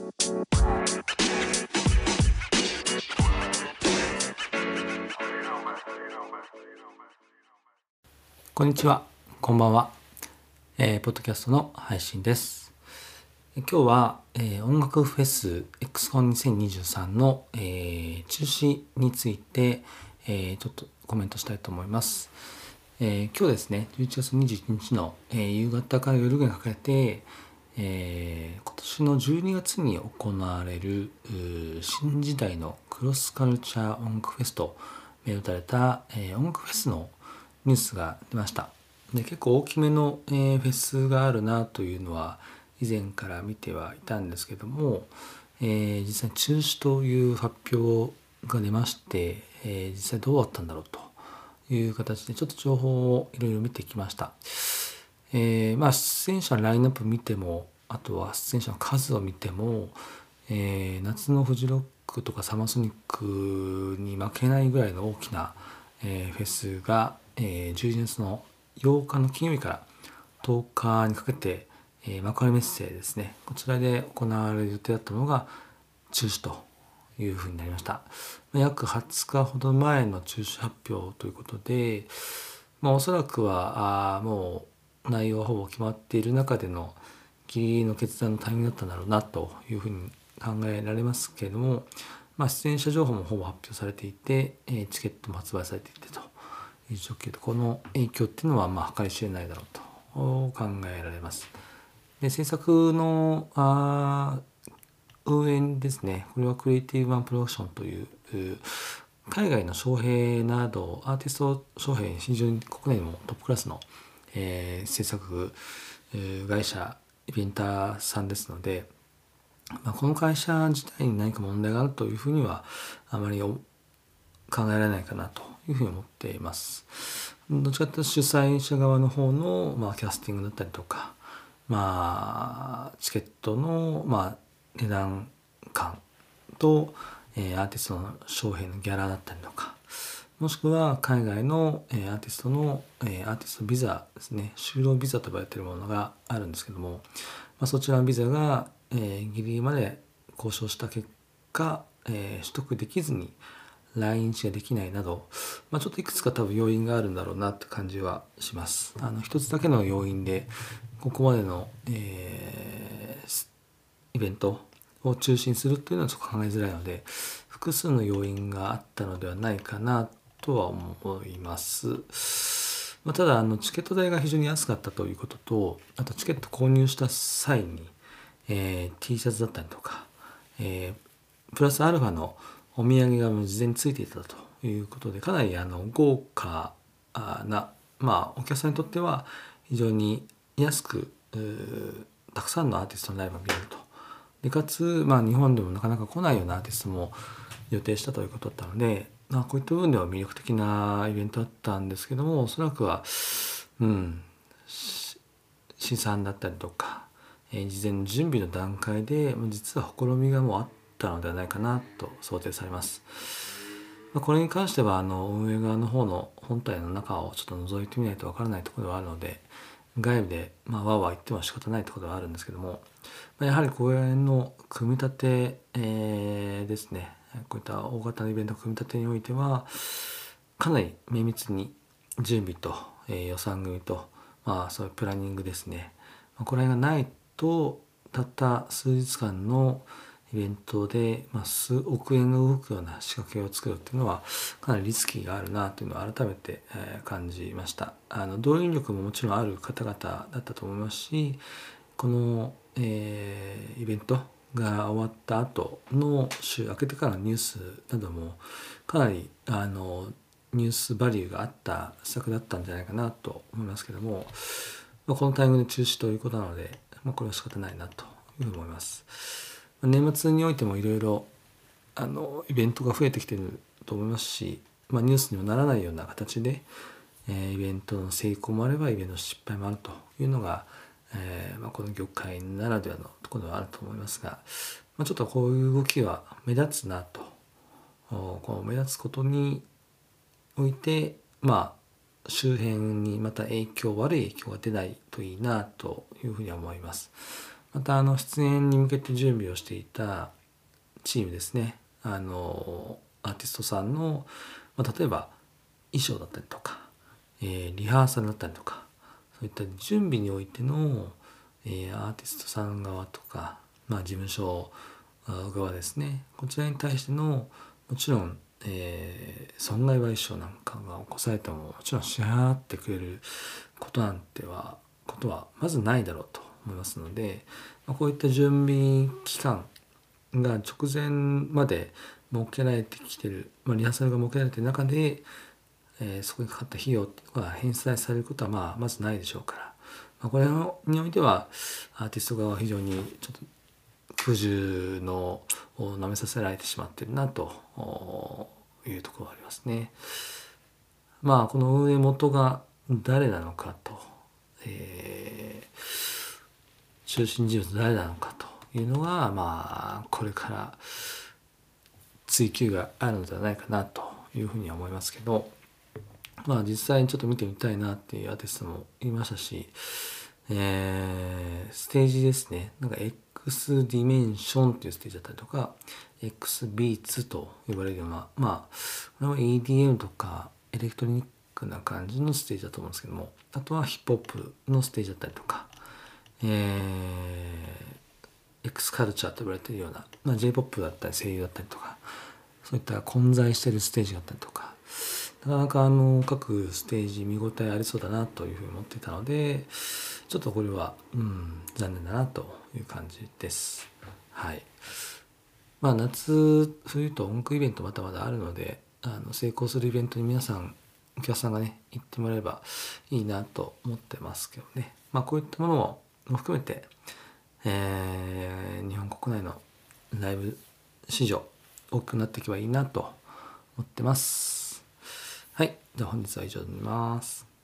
こんにちは、こんばんは。ポッドキャストの配信です。今日は、音楽フェス XCON2023 の、中止について、ちょっとコメントしたいと思います。今日ですね、11月21日の、夕方から夜がかけて、今年の12月に行われる新時代のクロスカルチャー音楽フェスと銘打たれた、音楽フェスのニュースが出ました。で、結構大きめの、フェスがあるなというのは以前から見てはいたんですけども、実際に中止という発表が出まして、実際どうだったんだろうという形でちょっと情報をいろいろ見てきました。出演者のラインナップ見ても、あとは出演者の数を見ても、夏のフジロックとかサマーソニックに負けないぐらいの大きな、フェスが、11月の8日の金曜日から10日にかけて、幕張メッセですね、こちらで行われる予定だったのが中止というふうになりました。約20日ほど前の中止発表ということで、おそらくはもう内容はほぼ決まっている中でのギリギリの決断のタイミングだったんだろうなというふうに考えられますけれども、出演者情報もほぼ発表されていて、チケットも発売されていてという状況で、この影響っていうのは計り知れないだろうと考えられます。で、制作の運営ですね、これはクリエイティブワンプロダクションという海外の招聘などアーティスト招聘非常に国内でもトップクラスの、制作会社イベンターさんですので、この会社自体に何か問題があるというふうにはあまり考えられないかなというふうに思っています。どちらかというと主催者側の方の、キャスティングだったりとか、チケットの、値段感と、アーティストの招聘のギャラだったりとか、もしくは海外の、アーティストの、アーティストビザですね、就労ビザと呼ばれているものがあるんですけども、そちらのビザが、ギリギリまで交渉した結果、取得できずに来日ができないなど、ちょっといくつか多分要因があるんだろうなって感じはします。一つだけの要因でここまでの、イベントを中止にするというのはちょっと考えづらいので、複数の要因があったのではないかなとは思います。ただチケット代が非常に安かったということと、あとチケット購入した際に、T シャツだったりとか、プラスアルファのお土産が事前についていたということで、かなり豪華な、お客さんにとっては非常に安くたくさんのアーティストのライブを見れると。でかつ、日本でもなかなか来ないようなアーティストも予定したということだったので、こういった部分では魅力的なイベントだったんですけども、おそらくは、試算だったりとか、事前の準備の段階で実はほころみがもうあったのではないかなと想定されます。これに関しては運営側の方の本体の中をちょっと覗いてみないとわからないところではあるので、外部でわーわー言っても仕方ないところではあるんですけども、やはり公演の組み立て、ですね、こういった大型のイベントの組み立てにおいてはかなり綿密に準備と、予算組と、そういうプランニングですね、これがないとたった数日間のイベントで、数億円が動くような仕掛けを作るっていうのはかなりリスキーがあるなというのを改めて感じました。動員力ももちろんある方々だったと思いますし、この、イベントが終わった後の週明けてからのニュースなどもかなりニュースバリューがあった施策だったんじゃないかなと思いますけども、このタイミングで中止ということなので、これは仕方ないなというふうに思います。年末においてもいろいろイベントが増えてきていると思いますし、ニュースにもならないような形で、イベントの成功もあればイベントの失敗もあるというのが、この業界ならではのところではあると思いますが、ちょっとこういう動きは目立つなと、この目立つことにおいて、周辺にまた悪い影響が出ないといいなというふうには思います。 また出演に向けて準備をしていたチームですね、アーティストさんの、例えば衣装だったりとか、リハーサルだったりとか、そういった準備においての、アーティストさん側とか、事務所側ですね、こちらに対してのもちろん、損害賠償なんかが起こされてももちろん支払ってくれることはまずないだろうと思いますので、こういった準備期間が直前まで設けられてきている、リハーサルが設けられている中で、そこにかかった費用が返済されることはまずないでしょうから、これにおいてはアーティスト側は非常にちょっと苦渋のをなめさせられてしまっているなというところがありますね。この運営元が誰なのかと、中心人物誰なのかというのがこれから追及があるのではないかなというふうには思いますけど、実際にちょっと見てみたいなっていうアーティストもいましたし、ステージですね、X ディメンションっていうステージだったりとか X ビーツと呼ばれるような、これは EDM とかエレクトロニックな感じのステージだと思うんですけども、あとはヒップホップのステージだったりとか、X カルチャーと呼ばれているような、J-POP だったり声優だったりとか、そういった混在しているステージがあったりとか、なかなか各ステージ見応えありそうだなというふうに思っていたので、ちょっとこれは残念だなという感じです。はい。夏冬と音楽イベントまだまだあるので、成功するイベントに皆さんお客さんがね行ってもらえればいいなと思ってますけどね。こういったものも含めて、日本国内のライブ市場大きくなっていけばいいなと思ってます。はい、じゃあ本日は以上になります。